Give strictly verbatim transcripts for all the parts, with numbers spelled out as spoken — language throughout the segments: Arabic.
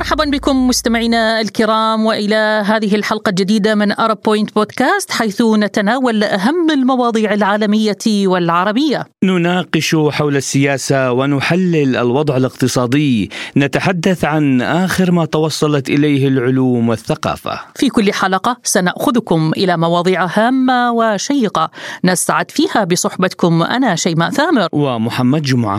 مرحبا بكم مستمعينا الكرام وإلى هذه الحلقة الجديدة من أرب بوينت بودكاست، حيث نتناول أهم المواضيع العالمية والعربية. نناقش حول السياسة ونحلل الوضع الاقتصادي، نتحدث عن آخر ما توصلت إليه العلوم والثقافة. في كل حلقة سنأخذكم إلى مواضيع هامة وشيقة نسعد فيها بصحبتكم. أنا شيماء ثامر ومحمد جمعة.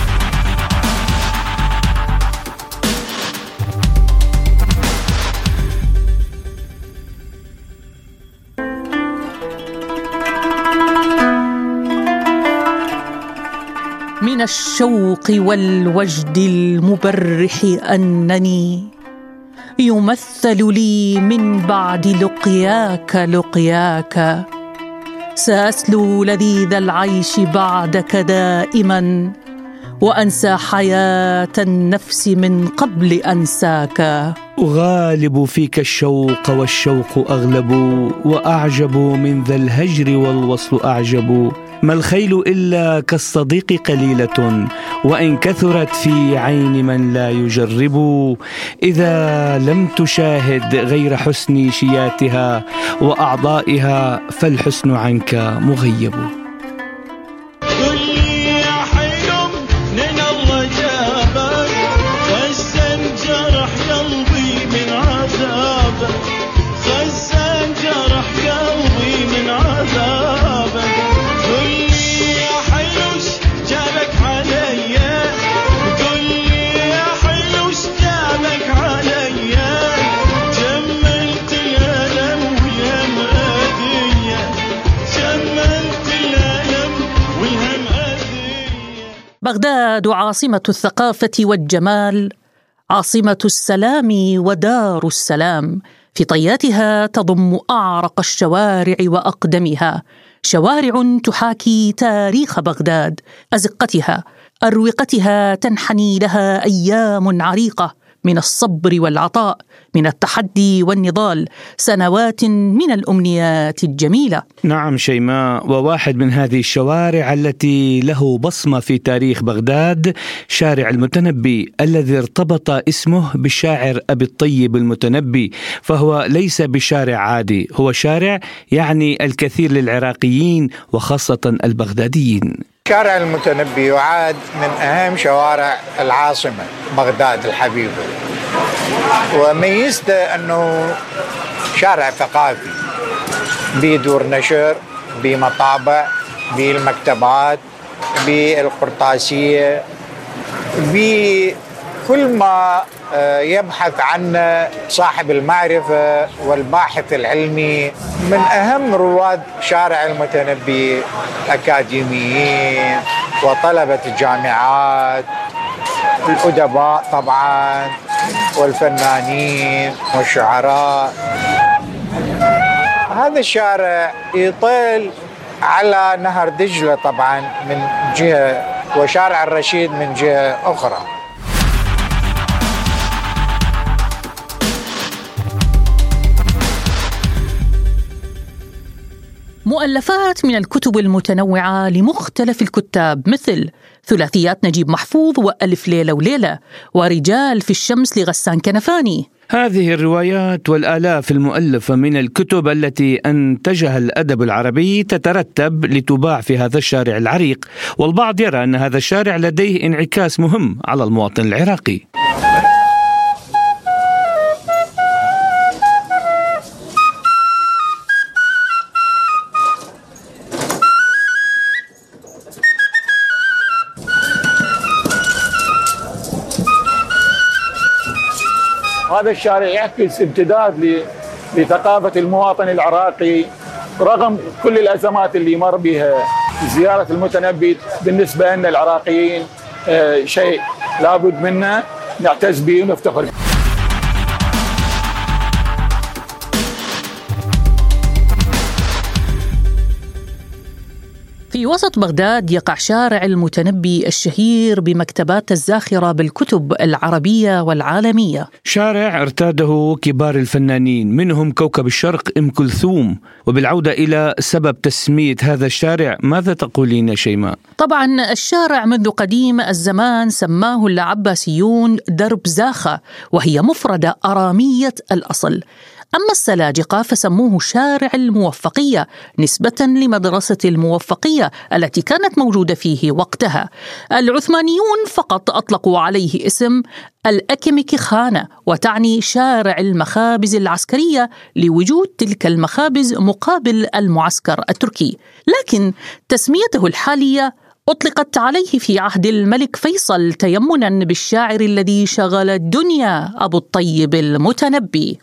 من الشوق والوجد المبرح أنني يمثل لي من بعد لقياك لقياك، سأسلو لذيذ العيش بعدك دائما، وأنسى حياة النفس من قبل أنساك. أغالب فيك الشوق والشوق أغلب، وأعجب من ذا الهجر والوصل أعجب. ما الخيل إلا كالصديق قليلة، وإن كثرت في عين من لا يجرب. إذا لم تشاهد غير حسن شياتها وأعضائها، فالحسن عنك مغيب. بغداد عاصمة الثقافة والجمال، عاصمة السلام ودار السلام. في طياتها تضم أعرق الشوارع وأقدمها، شوارع تحاكي تاريخ بغداد، أزقتها أروقتها تنحني لها أيام عريقة من الصبر والعطاء، من التحدي والنضال، سنوات من الأمنيات الجميلة. نعم شيماء، وواحد من هذه الشوارع التي له بصمة في تاريخ بغداد شارع المتنبي، الذي ارتبط اسمه بالشاعر أبي الطيب المتنبي، فهو ليس بشارع عادي، هو شارع يعني الكثير للعراقيين وخاصة البغداديين. شارع المتنبي يعد من أهم شوارع العاصمة بغداد الحبيبة، وميزته أنه شارع ثقافي، بدور نشر، بمطابع، بالمكتبات، بالقرطاسية، بكل ما يبحث عنه صاحب المعرفة والباحث العلمي. من أهم رواد شارع المتنبي الأكاديميين وطلبة الجامعات، الأدباء طبعا، والفنانين والشعراء. هذا الشارع يطل على نهر دجلة طبعا من جهة، وشارع الرشيد من جهة أخرى. مؤلفات من الكتب المتنوعة لمختلف الكتاب، مثل ثلاثيات نجيب محفوظ وألف ليلة وليلة، ورجال في الشمس لغسان كنفاني. هذه الروايات والآلاف المؤلفة من الكتب التي أنتجها الأدب العربي تترتب لتباع في هذا الشارع العريق، والبعض يرى أن هذا الشارع لديه انعكاس مهم على المواطن العراقي. هذا الشارع يعكس امتداد لثقافة المواطن العراقي رغم كل الأزمات اللي مر بها. زيارة المتنبي بالنسبة لنا العراقيين شيء لابد منه نعتز به ونفتخر. في في وسط بغداد يقع شارع المتنبي الشهير بمكتبات الزاخرة بالكتب العربية والعالمية. شارع ارتاده كبار الفنانين، منهم كوكب الشرق أم كلثوم. وبالعودة إلى سبب تسمية هذا الشارع، ماذا تقولين شيماء؟ طبعا الشارع منذ قديم الزمان سماه العباسيون درب زاخة، وهي مفردة أرامية الأصل. أما السلاجقة فسموه شارع الموفقية نسبة لمدرسة الموفقية التي كانت موجودة فيه وقتها. العثمانيون فقط أطلقوا عليه اسم الأكمك خانة، وتعني شارع المخابز العسكرية لوجود تلك المخابز مقابل المعسكر التركي. لكن تسميته الحالية أطلقت عليه في عهد الملك فيصل تيمنا بالشاعر الذي شغل الدنيا أبو الطيب المتنبي.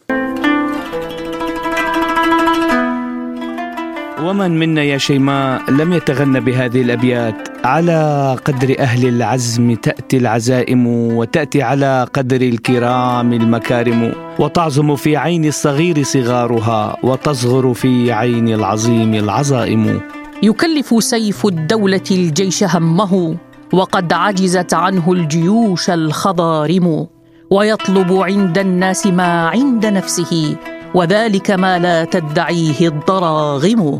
ومن منا يا شيماء لم يتغنى بهذه الأبيات؟ على قدر أهل العزم تأتي العزائم، وتأتي على قدر الكرام المكارم، وتعظم في عين الصغير صغارها، وتصغر في عين العظيم العظائم. يكلف سيف الدولة الجيش همه، وقد عجزت عنه الجيوش الخضارم، ويطلب عند الناس ما عند نفسه، وذلك ما لا تدعيه الضراغم.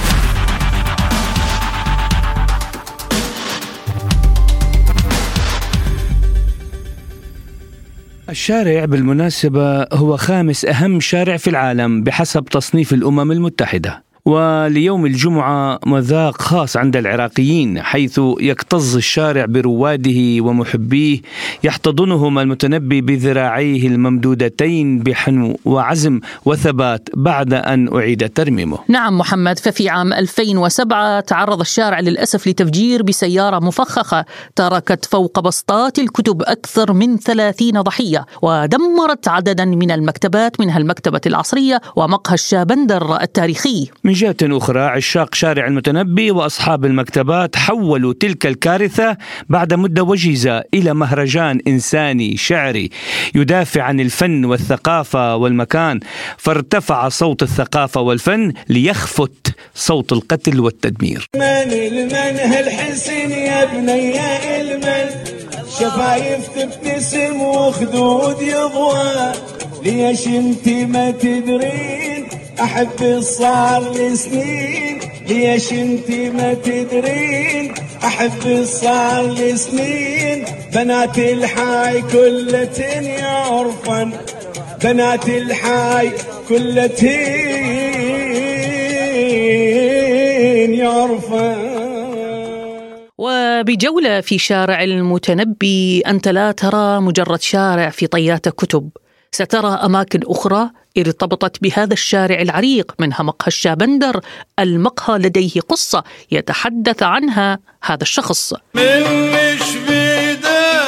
الشارع بالمناسبة هو خامس أهم شارع في العالم بحسب تصنيف الأمم المتحدة. وليوم الجمعة مذاق خاص عند العراقيين، حيث يكتظ الشارع برواده ومحبيه، يحتضنهم المتنبي بذراعيه الممدودتين بحنو وعزم وثبات بعد أن أعيد ترميمه. نعم محمد، ففي عام ألفين وسبعة تعرض الشارع للأسف لتفجير بسيارة مفخخة تركت فوق بسطات الكتب أكثر من ثلاثين ضحية، ودمرت عددا من المكتبات، منها المكتبة العصرية ومقهى الشابندر التاريخي. من جهة أخرى عشاق شارع المتنبي وأصحاب المكتبات حولوا تلك الكارثة بعد مدة وجيزة إلى مهرجان إنساني شعري يدافع عن الفن والثقافة والمكان، فارتفع صوت الثقافة والفن ليخفت صوت القتل والتدمير. من المن هالحسن يا ابني يا المن، شفايف تبتسم وخدود يضوى، ليش انتي ما تدرين أحب صار لسنين، ليش انتي ما تدرين أحب صار لسنين، بنات الحاي كلتين يعرفن، بنات الحاي كلتين يعرفن. وبجولة في شارع المتنبي أنت لا ترى مجرد شارع في طيات كتب، سترى أماكن أخرى ارتبطت بهذا الشارع العريق، منها مقهى الشابندر، المقهى لديه قصة يتحدث عنها هذا الشخص. منش بيدا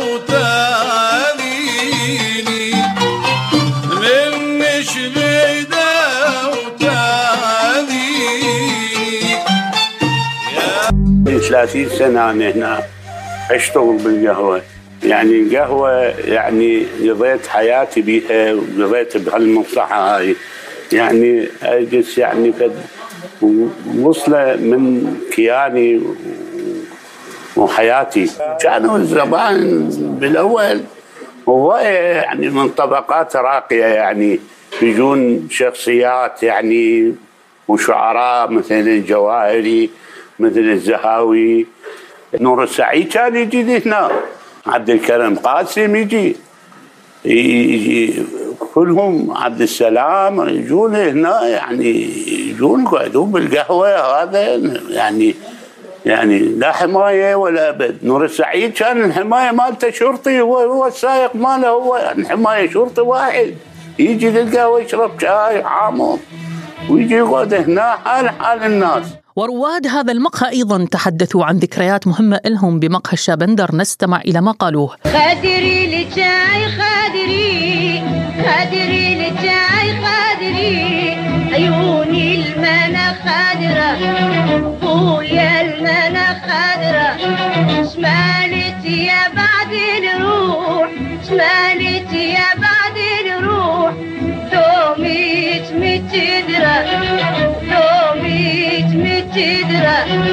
وتعاليني، منش بيدا وتعاليني. ثلاثين سنة أنا هنا أشتغل بالقهوة، يعني القهوة يعني قضيت حياتي بيها وقضيت بهالمنصحة هاي، يعني أجلس يعني قد وصلة من كياني وحياتي. كانوا الزبائن بالأول هو يعني من طبقات راقية، يعني يجون شخصيات يعني وشعراء مثل الجواهري مثل الزهاوي، نور السعيد كان يجي هنا، عبد الكريم قاسم يجي يجي كلهم، عبد السلام يجون هنا، يعني يجون يقعدون بالقهوة. هذا يعني يعني لا حماية ولا أبد. نور السعيد كان الحماية مالته شرطي، هو هو السائق ماله، هو يعني حماية شرطي واحد، يجي للقهوة يشرب شاي عامر ويجي يقعد هنا حال حال الناس. ورواد هذا المقهى أيضا تحدثوا عن ذكريات مهمة لهم بمقهى الشابندر، نستمع إلى ما قالوه. خادري للجاي خادري، خادري للجاي خادري، عيوني المنى خادرة، بويا المنى خادرة، شمالت يا بعد نروح، شمالت يا بعد نروح، دوميت متدرة، دوميت متدرة. تدرى.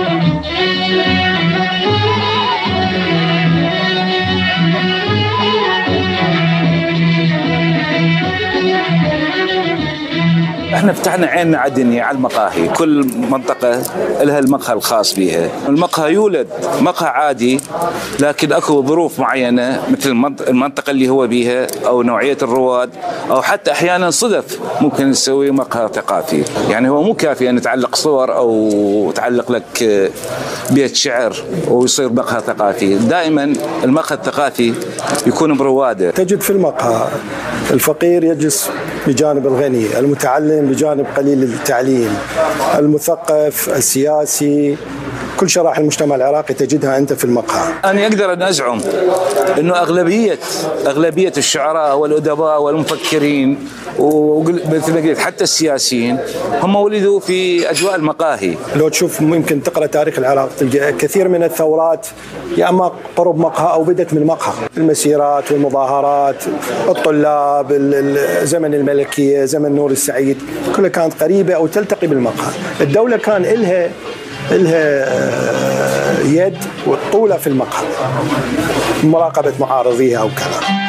احنا فتحنا عيننا على الدنيا، على المقاهي، كل منطقة لها المقهى الخاص بها. المقهى يولد مقهى عادي، لكن اكو ظروف معينة مثل المنطقة اللي هو بيها او نوعية الرواد، او حتى احيانا صدف ممكن نسوي مقهى ثقافي. يعني هو مو كافي ان تعلق صور او تعلق لك بيت شعر ويصير مقهى ثقافي. دائما المقهى الثقافي يكون برواده. تجد في المقهى الفقير يجلس بجانب الغني، المتعلم بجانب قليل التعليم، المثقف، السياسي، كل شرائح المجتمع العراقي تجدها أنت في المقهى. أنا أقدر أن أزعم أنه أغلبية أغلبية الشعراء والأدباء والمفكرين ومثل ما قلت حتى السياسيين هم ولدوا في أجواء المقاهي. لو تشوف ممكن تقرأ تاريخ العراق تلقى كثير من الثورات يا أما قرب مقهى أو بدت من مقهى. المسيرات والمظاهرات، الطلاب، زمن الملكية، زمن نور السعيد، كلها كانت قريبة أو تلتقي بالمقهى. الدولة كان إلها إلها يد والطولة في المقهى، مراقبة معارضيها أو كذا.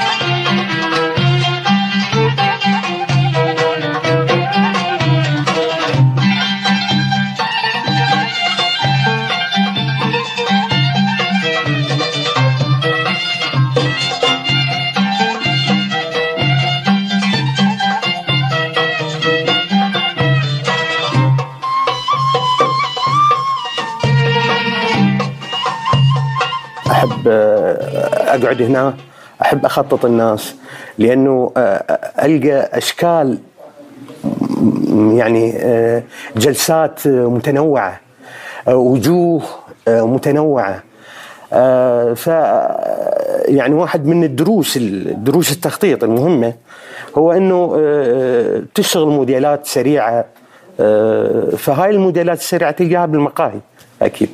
أحب أقعد هنا، أحب أخطط الناس، لأنه ألقى أشكال يعني جلسات متنوعة، وجوه متنوعة. ف يعني واحد من الدروس الدروس التخطيط المهمة هو أنه تشتغل موديلات سريعة، فهاي الموديلات السريعة تلقاها بالمقاهي أكيد.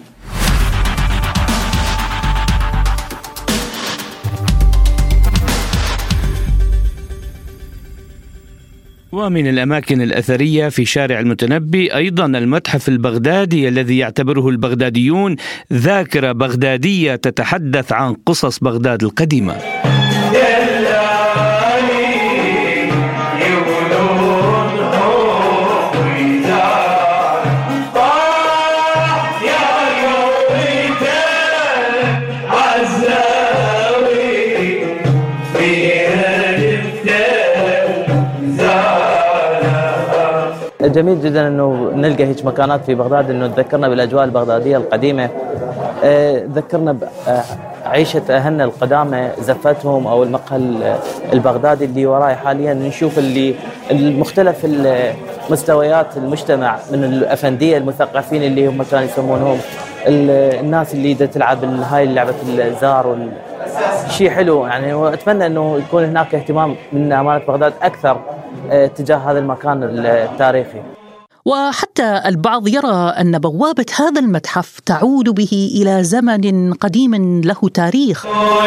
ومن الأماكن الأثرية في شارع المتنبي أيضا المتحف البغدادي الذي يعتبره البغداديون ذاكرة بغدادية تتحدث عن قصص بغداد القديمة. جميل جدا انه نلقى هيك مكانات في بغداد انه تذكرنا بالاجواء البغداديه القديمه، تذكرنا بعيشه اهلنا القدامى، زفتهم او المقهى البغدادي اللي وراي حاليا. نشوف اللي المختلف مستويات المجتمع، من الافنديه المثقفين اللي هم كانوا يسمونهم الناس اللي تلعب هاي لعبه الزار، شيء حلو يعني. واتمنى انه يكون هناك اهتمام من امانه بغداد اكثر تجاه هذا المكان التاريخي. وحتى البعض يرى أن بوابة هذا المتحف تعود به إلى زمن قديم له تاريخ.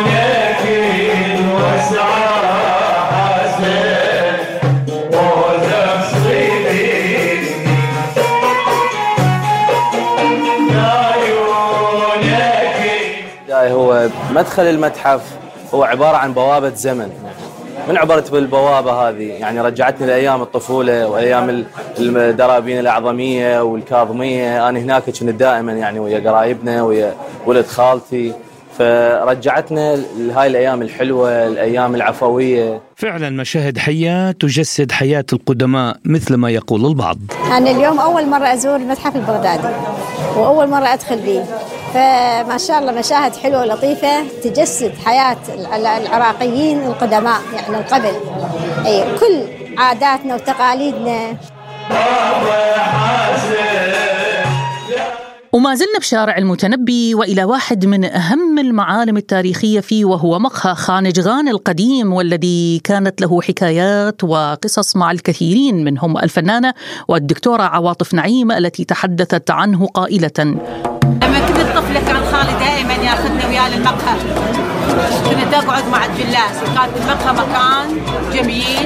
هو مدخل المتحف هو عبارة عن بوابة زمن. من عبرت بالبوابة هذه يعني رجعتني لأيام الطفولة وأيام الدرابين الأعظمية والكاظمية. أنا هناك كنت دائما يعني ويا قرايبنا ويا ولد خالتي، فرجعتنا لهاي الأيام الحلوة، الأيام العفوية. فعلا مشاهد حية تجسد حياة القدماء مثل ما يقول البعض. أنا اليوم أول مرة أزور المتحف البغدادي وأول مرة أدخل به، فما شاء الله مشاهد حلوة ولطيفة تجسد حياة العراقيين القدماء يعني القبل، أي كل عاداتنا وتقاليدنا. وما زلنا بشارع المتنبي وإلى واحد من أهم المعالم التاريخية فيه، وهو مقهى خانجغان القديم، والذي كانت له حكايات وقصص مع الكثيرين منهم الفنانة والدكتورة عواطف نعيم التي تحدثت عنه قائلة: لما كنت طفلة كان خالي دائما ياخذني وياه للمقهى، كنت أقعد مع الجلاس، وكان المقهى مكان جميل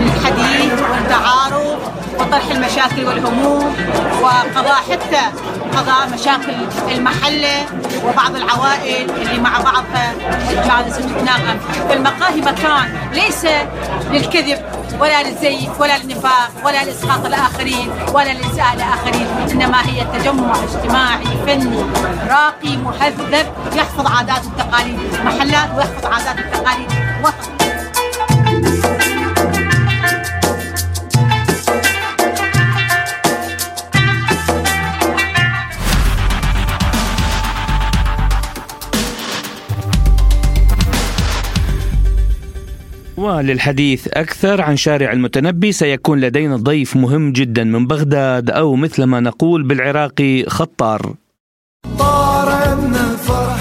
للحديث والتعارف وطرح المشاكل والهموم وقضاء حتى قضاء مشاكل المحلة وبعض العوائل اللي مع بعضها جالسة تتناغم. فالمقاهي مكان ليس للكذب ولا للزيف ولا للنفاق ولا لإسقاط الآخرين ولا لإساءة الآخرين، إنما هي تجمع اجتماعي فني راقي مهذب يحفظ عادات والتقاليد محلات ويحفظ عادات والتقاليد وطن. وللحديث أكثر عن شارع المتنبي سيكون لدينا ضيف مهم جدا من بغداد، أو مثل ما نقول بالعراقي خطار. طار من الفرح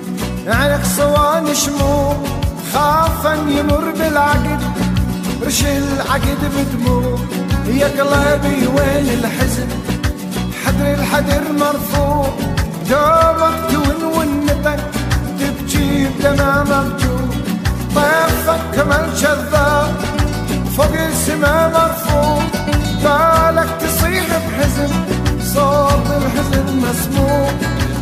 عرق صوان شموع، خافا يمر بالعقد رش العقد بدموع، يا قلبي وين الحزن حدر الحدر مرفوع، دوبك تونونتك تبكي بدمع مبجوع، طيفك كمان شذاب فوق السما مرفوع، بالك تصيح بحزن صوت الحزن مسموع،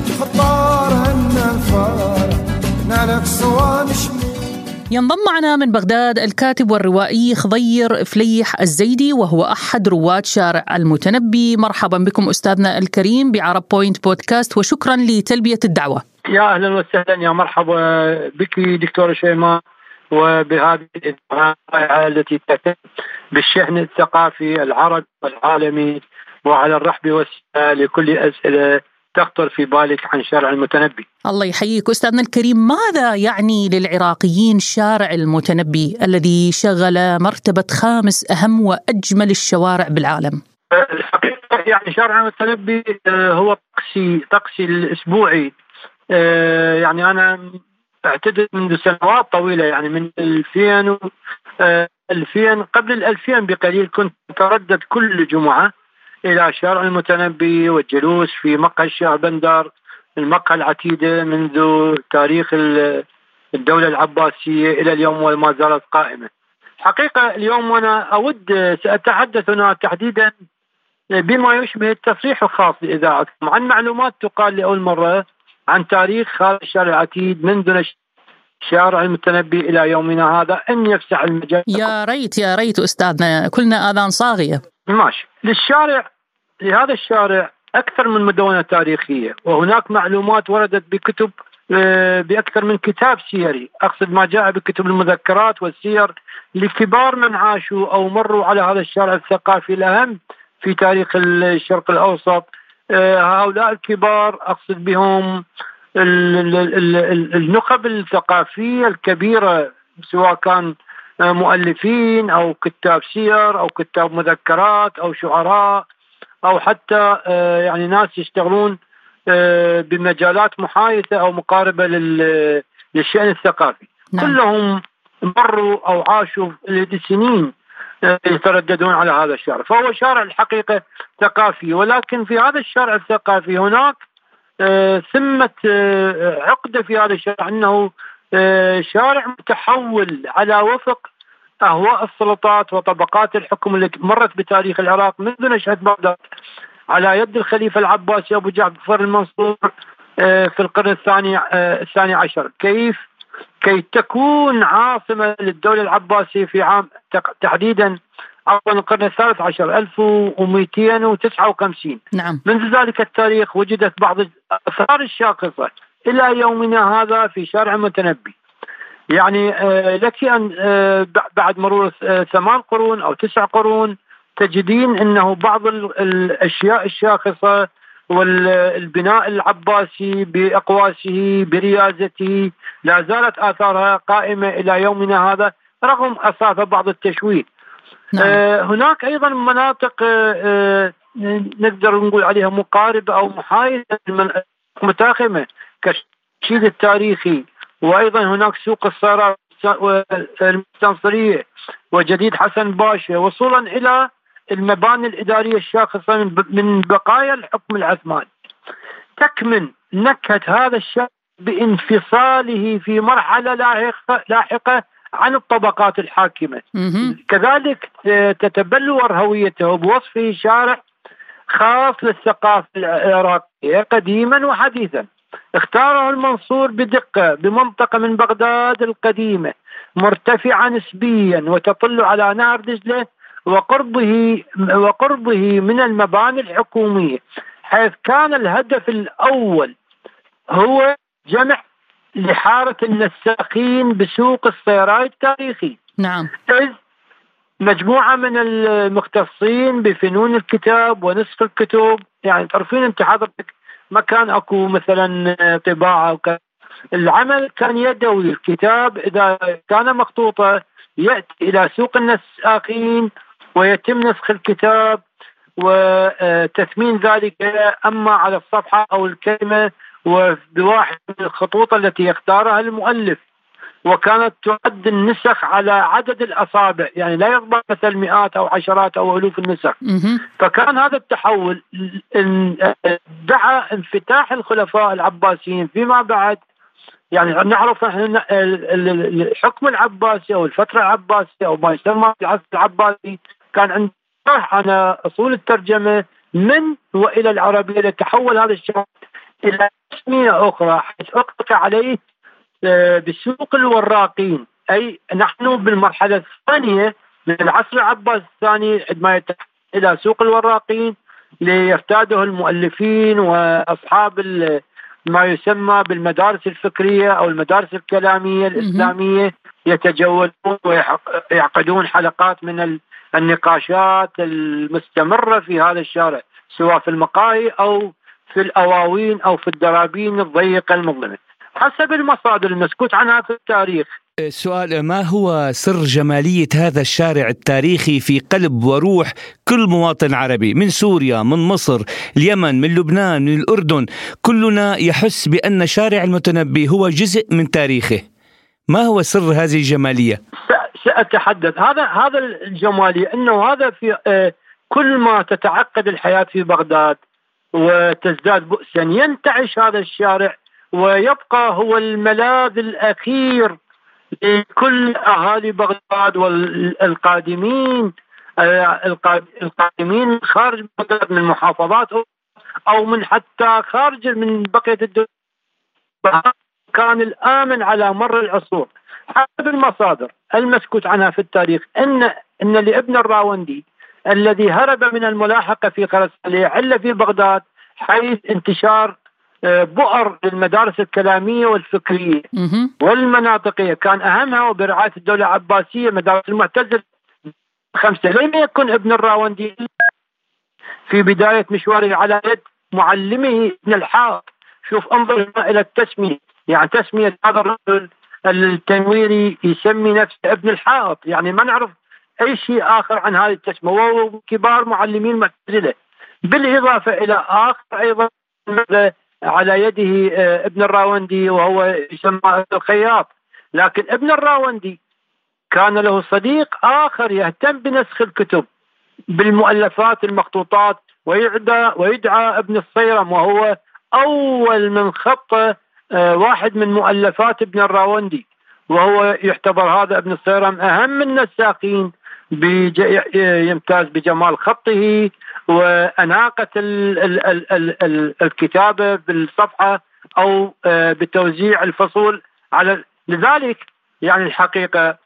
خطار هن الفارق نالك صوان شموع. ينضم معنا من بغداد الكاتب والروائي خضير فليح الزيدي، وهو أحد رواد شارع المتنبي. مرحبا بكم أستاذنا الكريم بعرب بوينت بودكاست، وشكرا لتلبية الدعوة. يا أهلا وسهلا، يا مرحبا بك دكتور شيماء، وبهذه الإذاعة التي تهتم بالشأن الثقافي العربي والعالمي، وعلى الرحب والسعة لكل أسئلة تخطر في بالك عن شارع المتنبي. الله يحييك أستاذنا الكريم. ماذا يعني للعراقيين شارع المتنبي الذي شغل مرتبة خامس أهم وأجمل الشوارع بالعالم؟ الحقيقة يعني شارع المتنبي هو طقسي طقسي الأسبوعي. يعني أنا اعتدت منذ سنوات طويلة، يعني من ألفين و ألفين قبل الألفين بقليل كنت أتردد كل جمعة إلى شارع المتنبي والجلوس في مقهى الشاه بندر، المقهى العتيدة منذ تاريخ الدولة العباسية إلى اليوم وما زالت قائمة. حقيقة اليوم أنا أود سأتحدث هنا تحديدا بما يشبه التصريح الخاص لإذاعتكم عن معلومات تقال لأول مرة عن تاريخ هذا الشارع العتيد منذ شارع المتنبي إلى يومنا هذا، أن يفسح المجال. يا ريت يا ريت أستاذنا، كلنا آذان صاغية. ماشي. للشارع لهذا الشارع أكثر من مدونة تاريخية، وهناك معلومات وردت بكتب بأكثر من كتاب سيري، أقصد ما جاء بكتب المذكرات والسير لكبار من عاشوا أو مروا على هذا الشارع الثقافي الأهم في تاريخ الشرق الأوسط. هؤلاء الكبار أقصد بهم النخب الثقافية الكبيرة، سواء كان مؤلفين أو كتاب سير أو كتاب مذكرات أو شعراء أو حتى يعني ناس يشتغلون بمجالات محايثة أو مقاربة للشأن الثقافي. نعم. كلهم مروا أو عاشوا لسنين يترددون على هذا الشارع، فهو شارع الحقيقة ثقافي. ولكن في هذا الشارع الثقافي هناك ثمة عقدة في هذا الشارع، أنه شارع متحول على وفق أهواء السلطات وطبقات الحكم التي مرت بتاريخ العراق منذ نشأة بغداد على يد الخليفة العباسي أبو جعفر المنصور في القرن الثاني الثاني عشر، كيف كي تكون عاصمة للدولة العباسية في عام تحديدا عفوا القرن الثالث عشر ألف ومئتين وتسعة وخمسين. نعم. منذ ذلك التاريخ وجدت بعض الآثار الشاخصة إلى يومنا هذا في شارع المتنبي. يعني آه لك أن آه بعد مرور آه ثمان قرون أو تسع قرون تجدين أنه بعض الأشياء الشاخصة والبناء العباسي بأقواسه بريازته لا زالت آثارها قائمة إلى يومنا هذا رغم أصابها بعض التشويه. نعم. آه هناك أيضا مناطق آه نقدر نقول عليها مقاربة أو محايدة متاخمة كالشيد التاريخي، وأيضا هناك سوق الصيرات والمستنصرية وجديد حسن باشا، وصولا إلى المباني الإدارية الشاخصة من بقايا الحكم العثماني. تكمن نكهة هذا الشارع بانفصاله في مرحلة لاحقة, لاحقة عن الطبقات الحاكمة. كذلك تتبلور هويته بوصفه شارع خاص للثقافة العراقية قديما وحديثا. اختاره المنصور بدقة بمنطقة من بغداد القديمة مرتفعة نسبيا وتطل على نهر دجلة وقربه وقربه من المباني الحكومية، حيث كان الهدف الأول هو جمع لحارة النساخين بسوق الصيراي التاريخي. نعم. إذ مجموعة من المختصين بفنون الكتاب ونسخ الكتب، يعني تعرفين انت حضرتك ما كان اكو مثلا طباعة وكذا، العمل كان يدوي. الكتاب اذا كان مخطوطة يأتي الى سوق النساخين ويتم نسخ الكتاب وتثمين ذلك اما على الصفحة او الكلمة وبواحد من الخطوط التي يختارها المؤلف، وكانت تعد النسخ على عدد الأصابع، يعني لا يقبل مثل مئات أو عشرات أو ألوف النسخ. فكان هذا التحول دعا انفتاح الخلفاء العباسيين فيما بعد. يعني نعرف احنا الحكم العباسي أو الفترة العباسية أو ما يسمى العصر العباسي كان عنده على أصول الترجمة من وإلى العربية، لتحول هذا الشيء إلى تسمية أخرى حيث أطلق عليه بسوق الوراقين. أي نحن بالمرحلة الثانية من العصر العباسي الثاني عندما يتحول إلى سوق الوراقين ليرتاده المؤلفين وأصحاب ما يسمى بالمدارس الفكرية أو المدارس الكلامية الإسلامية، يتجولون ويعقدون حلقات من النقاشات المستمرة في هذا الشارع، سواء في المقاهي أو في الأواوين أو في الدرابين الضيقة المظلمة حسب المصادر المسكوت عنها في التاريخ. السؤال: ما هو سر جمالية هذا الشارع التاريخي في قلب وروح كل مواطن عربي من سوريا، من مصر، اليمن، من لبنان، من الأردن؟ كلنا يحس بأن شارع المتنبي هو جزء من تاريخه. ما هو سر هذه الجمالية؟ سأتحدث. هذا هذا الجمالية أنه هذا في آه كل ما تتعقد الحياة في بغداد وتزداد بؤسا ينتعش هذا الشارع ويبقى هو الملاذ الأخير لكل أهالي بغداد والقادمين القادمين خارج بغداد من محافظات أو من حتى خارج من بقية الدولة. كان الآمن على مر العصور حسب المصادر المسكوت عنها في التاريخ أن أن لابن الراوندي الذي هرب من الملاحقة في خراسان ليحل في بغداد حيث انتشار بؤر للمدارس الكلامية والفكرية والمناطقية كان أهمها وبرعاية الدولة العباسية مدارس المعتزلة خمسة. لم يكن ابن الراوندي في بداية مشواره على يد معلمه ابن الحائط. شوف انظر إلى التسمية، يعني تسمية هذا الرجل التنويري يسمي نفسه ابن الحائط، يعني ما نعرف أي شيء آخر عن هذه التسمية، وهو كبار معلمين المعتزلة. بالإضافة إلى آخر أيضا على يده ابن الراوندي وهو يسمى الخياط. لكن ابن الراوندي كان له صديق آخر يهتم بنسخ الكتب بالمؤلفات المخطوطات ويدعى, ويدعى ابن الصيرم، وهو أول من خط واحد من مؤلفات ابن الراوندي، وهو يعتبر هذا ابن الصيرم أهم النساخين، يمتاز بجمال خطه وأناقة ال ال ال ال ال الكتابة بالصفحة أو بتوزيع الفصول على. لذلك يعني الحقيقة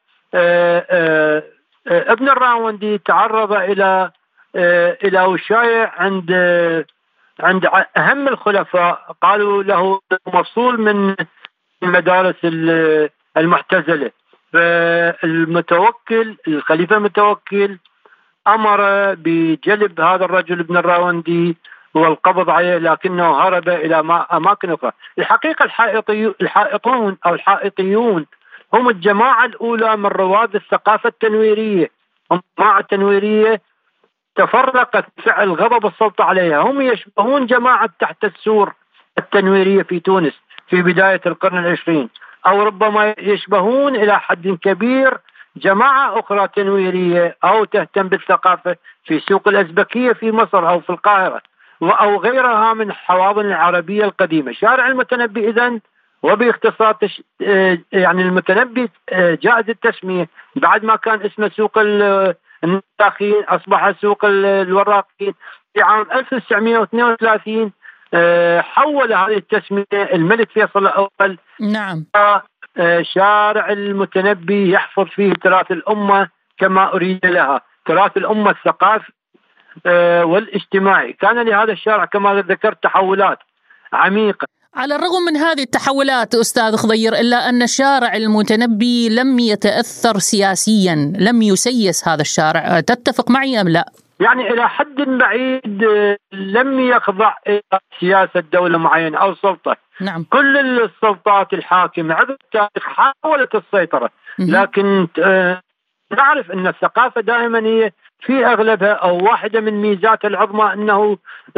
ابن الراوندي تعرض إلى إلى وشايع عند عند أهم الخلفاء، قالوا له مفصول من المدارس المعتزلة. فالمتوكل الخليفة المتوكل أمر بجلب هذا الرجل ابن الراوندي والقبض عليه، لكنه هرب إلى أماكن أخرى. الحقيقة الحائطي الحائطون أو الحائطيون هم الجماعة الأولى من رواد الثقافة التنويرية، هم الجماعة التنويرية تفرقت فعل غضب السلطة عليها. هم يشبهون جماعة تحت السور التنويرية في تونس في بداية القرن العشرين، أو ربما يشبهون إلى حد كبير جماعة أخرى تنويرية أو تهتم بالثقافة في سوق الأزبكية في مصر أو في القاهرة أو غيرها من الحواضن العربية القديمة. شارع المتنبي إذن وباختصار يعني المتنبي جائز التسمية بعد ما كان اسمه سوق النساخين، أصبح سوق الوراقين. في عام ألف وتسعمائة واثنين وثلاثين حول هذه التسمية الملك فيصل الأول نعم شارع المتنبي يحفظ فيه تراث الأمة كما أريد لها، تراث الأمة الثقافي والاجتماعي. كان لهذا الشارع كما ذكرت تحولات عميقة. على الرغم من هذه التحولات أستاذ خضير، إلا أن شارع المتنبي لم يتأثر سياسيا، لم يسيس هذا الشارع، تتفق معي أم لا؟ يعني إلى حد بعيد لم يخضع إلى سياسة دولة معينة أو سلطة. نعم. كل السلطات الحاكمة عبر التاريخ حاولت السيطرة، لكن نعرف أن الثقافة دائما هي في أغلبها أو واحدة من ميزاتها العظمى أنه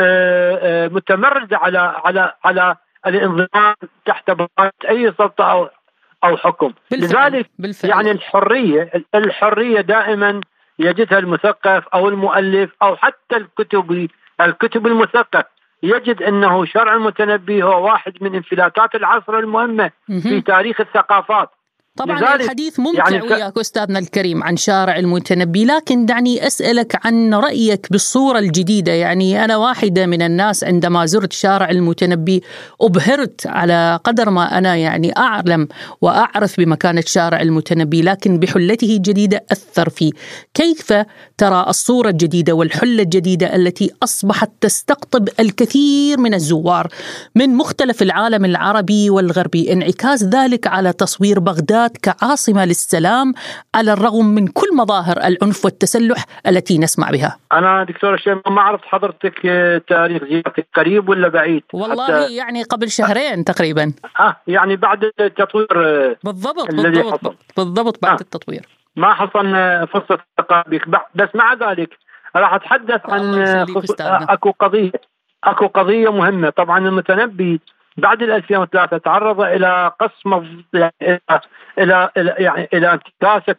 متمرد على على على الانضمام تحت براءة أي سلطة أو أو حكم. بالفعل. لذلك بالفعل. يعني الحرية الحرية دائما يجدها المثقف أو المؤلف أو حتى الكتب الكتب المثقف يجد أنه شرع المتنبي هو واحد من انفلاتات العصر المهمة في تاريخ الثقافات. طبعا الحديث ممتع يعني وياك أستاذنا الكريم عن شارع المتنبي، لكن دعني أسألك عن رأيك بالصورة الجديدة. يعني أنا واحدة من الناس عندما زرت شارع المتنبي أبهرت على قدر ما أنا يعني أعلم وأعرف بمكانة شارع المتنبي، لكن بحلته الجديدة أثر فيه. كيف ترى الصورة الجديدة والحلة الجديدة التي أصبحت تستقطب الكثير من الزوار من مختلف العالم العربي والغربي، انعكاس ذلك على تصوير بغداد كعاصمة للسلام على الرغم من كل مظاهر العنف والتسلح التي نسمع بها؟ أنا دكتور الشيخ ما عرفت حضرتك تاريخ زيارتك قريب ولا بعيد؟ والله حتى يعني قبل شهرين تقريبا. آه يعني بعد التطوير. بالضبط بالضبط بالضبط بعد آه التطوير. ما حصل فرصة تقابلك، بس مع ذلك راح أتحدث عن خص... أكو قضية أكو قضية مهمة. طبعا المتنبي بعد ألفين وثلاثة تعرض إلى قسم إلى إلى يعني إلى انتكاسة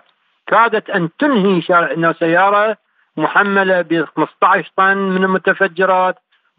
كادت أن تنهي شارع إنه سيارة محملة ب خمسة عشر طن من المتفجرات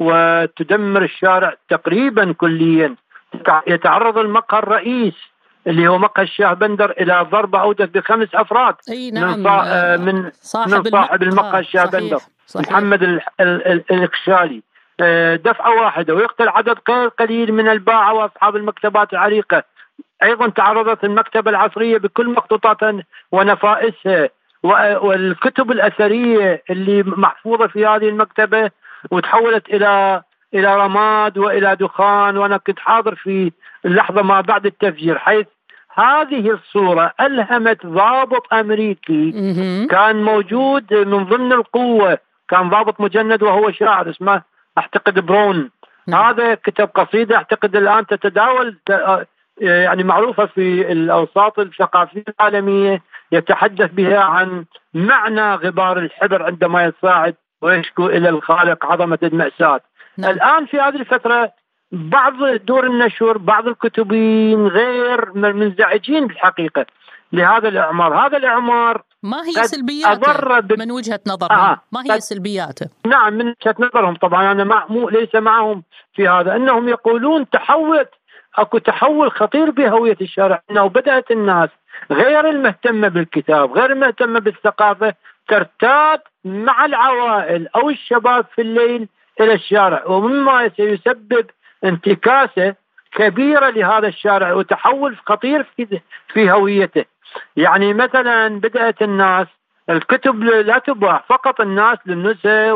وتدمر الشارع تقريبا كليا. يتعرض المقهى الرئيس اللي هو مقهى الشاه بندر إلى ضربة أودت بخمس أفراد نعم. من صا... من صاحب, من صاحب المقهى الشاه بندر صحيح. محمد ال... ال... الإخشالي دفعة واحدة، ويقتل عدد قليل من الباعة وأصحاب المكتبات العريقة. أيضا تعرضت المكتبة العصرية بكل مخطوطاتها ونفائسها والكتب الأثرية اللي محفوظة في هذه المكتبة وتحولت إلى إلى رماد وإلى دخان. وأنا كنت حاضر في اللحظة ما بعد التفجير، حيث هذه الصورة ألهمت ضابط أمريكي كان موجود من ضمن القوة، كان ضابط مجند وهو شاعر اسمه أعتقد برون. نعم. هذا كتب قصيدة أعتقد الآن تتداول يعني معروفة في الأوساط الثقافية العالمية، يتحدث بها عن معنى غبار الحبر عندما يصاعد ويشكو إلى الخالق عظمة المأساة. نعم. الآن في هذه الفترة بعض دور النشر بعض الكتبين غير منزعجين بالحقيقة لهذا الإعمار. هذا الإعمار ما هي سلبياته ب... من وجهة نظرهم؟ آه. ما هي سلبياته؟ نعم من وجهة نظرهم طبعا أنا مع... مو... ليس معهم في هذا. أنهم يقولون تحولت أكو تحول خطير بهوية الشارع، أنه بدأت الناس غير المهتمة بالكتاب غير المهتمة بالثقافة ترتاد مع العوائل أو الشباب في الليل إلى الشارع، ومما سيسبب انتكاسة كبيرة لهذا الشارع وتحول خطير في في هويته. يعني مثلا بدأت الناس الكتب لا تباع فقط الناس للنزهة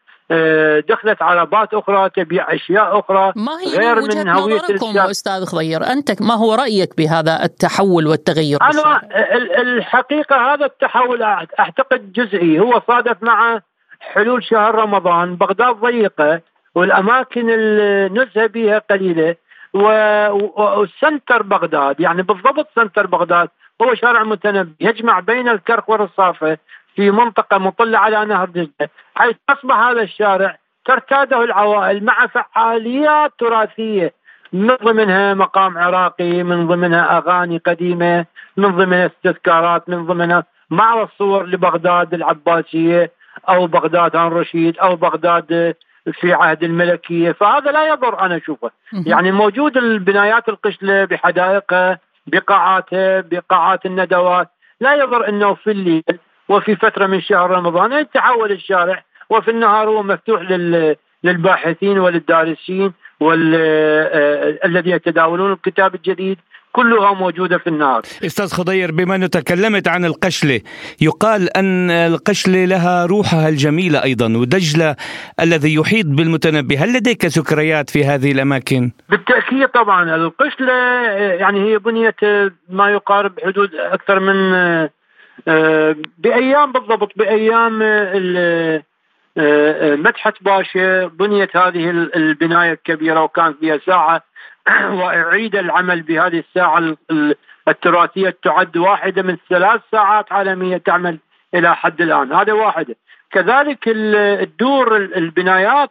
ودخلت عربات أخرى تبيع أشياء أخرى ما هي غير من هوية الشارع. أستاذ خضير أنت ما هو رأيك بهذا التحول والتغير؟ أنا الحقيقة هذا التحول أعتقد جزئي، هو صادف مع حلول شهر رمضان. بغداد ضيقة والأماكن النزهة بها قليلة وسنتر بغداد يعني بالضبط سنتر بغداد هو شارع المتنبي يجمع بين الكرخ والرصافة في منطقة مطلة على نهر دجلة، حيث أصبح هذا الشارع ترتاده العوائل مع فعاليات تراثية من ضمنها مقام عراقي، من ضمنها أغاني قديمة، من ضمنها استذكارات، من ضمنها معرض صور لبغداد العباسية أو بغداد هان رشيد أو بغداد في عهد الملكية. فهذا لا يضر أنا أشوفه. يعني موجود البنايات القشلة بحدائقها بقاعاتها بقاعات الندوات، لا يضر أنه في الليل وفي فترة من شهر رمضان يتحول الشارع، وفي النهار هو مفتوح لل للباحثين وللدارسين والذي يتداولون الكتاب الجديد، كلها موجودة في النهار. أستاذ خضير، بما أنه تكلمت عن القشلة، يقال أن القشلة لها روحها الجميلة أيضا، ودجلة الذي يحيط بالمتنبي، هل لديك ذكريات في هذه الأماكن؟ بالتأكيد طبعا. القشلة يعني هي بنيت ما يقارب حدود أكثر من بأيام، بالضبط بأيام مدحت باشا بنيت هذه البناية الكبيرة، وكانت فيها ساعة وأعيد العمل بهذه الساعة التراثية، تعد واحدة من ثلاث ساعات عالمية تعمل إلى حد الآن، هذا واحدة. كذلك الدور البنايات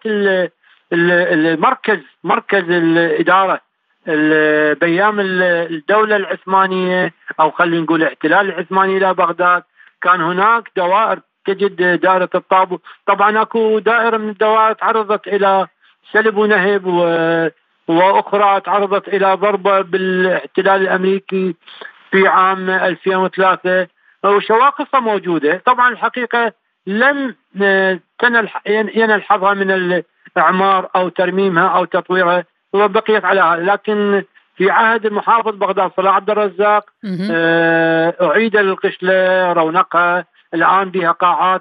المركز مركز الإدارة بأيام الدولة العثمانية، أو خلينا نقول الاحتلال العثماني إلى بغداد، كان هناك دوائر، تجد دائرة الطابو، طبعا أكو دائرة من الدوائر تعرضت إلى سلب ونهب، و وأخرى تعرضت إلى ضربة بالاحتلال الأمريكي في عام ألفين وثلاثة، وشواقصها موجودة. طبعا الحقيقة لم ينل حظها من الإعمار أو ترميمها أو تطويرها، وبقيت على هذا. لكن في عهد المحافظ بغداد صلاح عبد الرزاق أعيد القشلة رونقها، الآن بها قاعات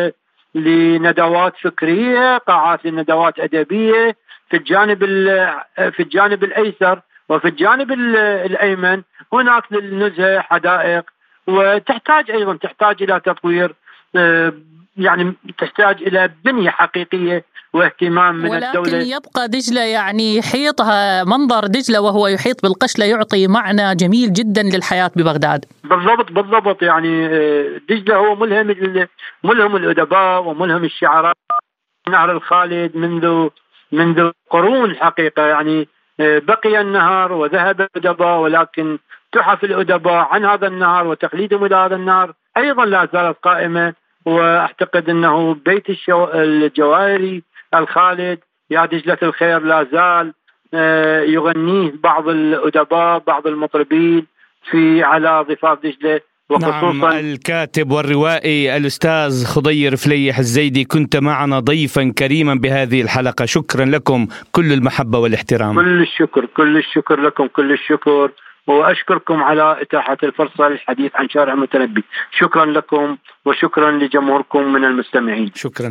لندوات فكرية، قاعات لندوات أدبية في الجانب في الجانب الأيسر، وفي الجانب الأيمن هناك للنزهة حدائق، وتحتاج أيضا تحتاج إلى تطوير، يعني تحتاج إلى بنية حقيقية واهتمام من ولكن الدولة. ولكن يبقى دجلة، يعني يحيطها منظر دجلة وهو يحيط بالقشلة يعطي معنى جميل جدا للحياة ببغداد. بالضبط بالضبط، يعني دجلة هو ملهم ملهم الأدباء وملهم الشعراء. نهر الخالد منذ منذ قرون حقيقة، يعني بقي النهر وذهب الأدباء، ولكن تحف الأدباء عن هذا النهر وتقليدهم إلى هذا النهر أيضا لا زالت قائمة. وأعتقد أنه بيت الشو... الجواهري الخالد يا دجلة الخير لا زال يغنيه بعض الأدباء، بعض المطربين في على ضفاف دجلة، وخصوصا نعم. الكاتب والروائي الأستاذ خضير فليح الزيدي، كنت معنا ضيفا كريما بهذه الحلقة، شكرا لكم، كل المحبة والاحترام. كل الشكر كل الشكر لكم، كل الشكر، وأشكركم على إتاحة الفرصة للحديث عن شارع المتنبي. شكرا لكم وشكرا لجمهوركم من المستمعين. شكرا.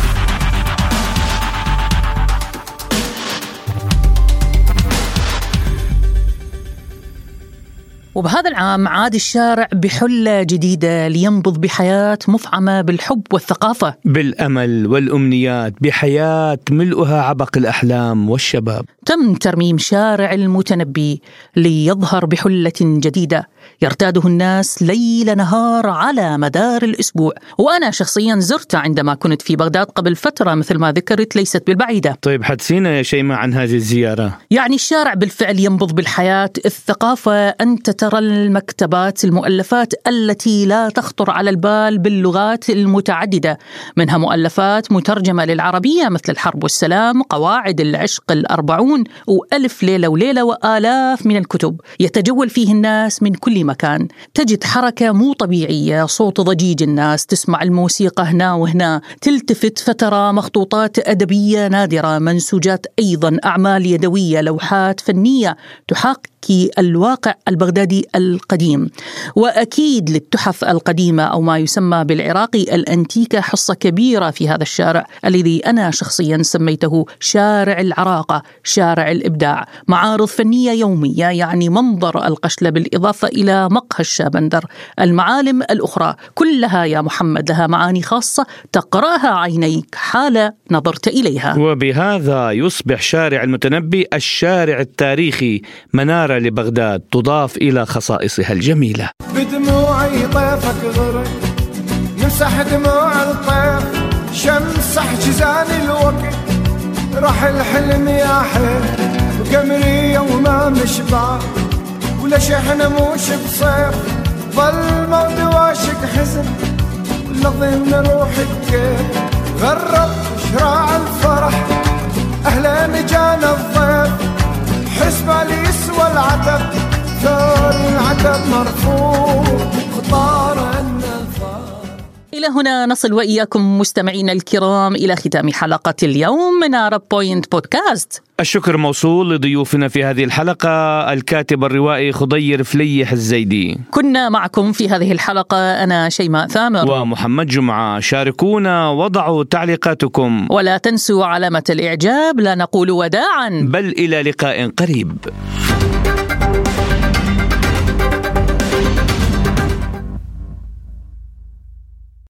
وبهذا العام عاد الشارع بحلة جديدة لينبض بحياة مفعمة بالحب والثقافة، بالأمل والأمنيات، بحياة ملؤها عبق الأحلام والشباب. تم ترميم شارع المتنبي ليظهر بحلة جديدة يرتاده الناس ليل نهار على مدار الأسبوع، وأنا شخصيا زرت عندما كنت في بغداد قبل فترة مثل ما ذكرت، ليست بالبعيدة. طيب حدثينا يا شيماء عن هذه الزيارة. يعني الشارع بالفعل ينبض بالحياة، الثقافة، أنت ترى المكتبات، المؤلفات التي لا تخطر على البال باللغات المتعددة، منها مؤلفات مترجمة للعربية مثل الحرب والسلام، قواعد العشق، الأربعون، وألف ليلة وليلة، وآلاف من الكتب. يتجول فيه الناس من كل مكان، تجد حركة مو طبيعية، صوت ضجيج الناس، تسمع الموسيقى هنا وهنا، تلتفت فترة مخطوطات أدبية نادرة، منسوجات أيضا، أعمال يدوية، لوحات فنية تحاكي الواقع البغدادي القديم. وأكيد للتحف القديمة أو ما يسمى بالعراقي الأنتيكة حصة كبيرة في هذا الشارع الذي أنا شخصيا سميته شارع العراقة، شارع الإبداع. معارض فنية يومية، يعني منظر القشلة بالإضافة إلى مقهى الشابندر، المعالم الأخرى كلها يا محمد لها معاني خاصة تقرأها عينيك حال نظرت إليها. وبهذا يصبح شارع المتنبي الشارع التاريخي، منارة لبغداد تضاف إلى خصائصها الجميلة. بدموعي طيفك غرق، نمسح دموع الطيف، شمسح جزان الوقت، راح الحلم يا حيل، وقمري وما مشبع، ولا شحنة موش بصيف، ظل موت واشك حزن، ولا ظن روحك كيف، غرب شراع الفرح، أهلا جانا الضيف، حسبة لي يسوى العتب، ثور العتب مرفوع، خطار أن الفار. وإلى هنا نصل وإياكم مستمعين الكرام إلى ختام حلقة اليوم من عرب بوينت بودكاست. الشكر موصول لضيوفنا في هذه الحلقة، الكاتب الروائي خضير فليح الزيدي. كنا معكم في هذه الحلقة أنا شيماء ثامر ومحمد جمعة. شاركونا وضعوا تعليقاتكم، ولا تنسوا علامة الإعجاب. لا نقول وداعا بل إلى لقاء قريب.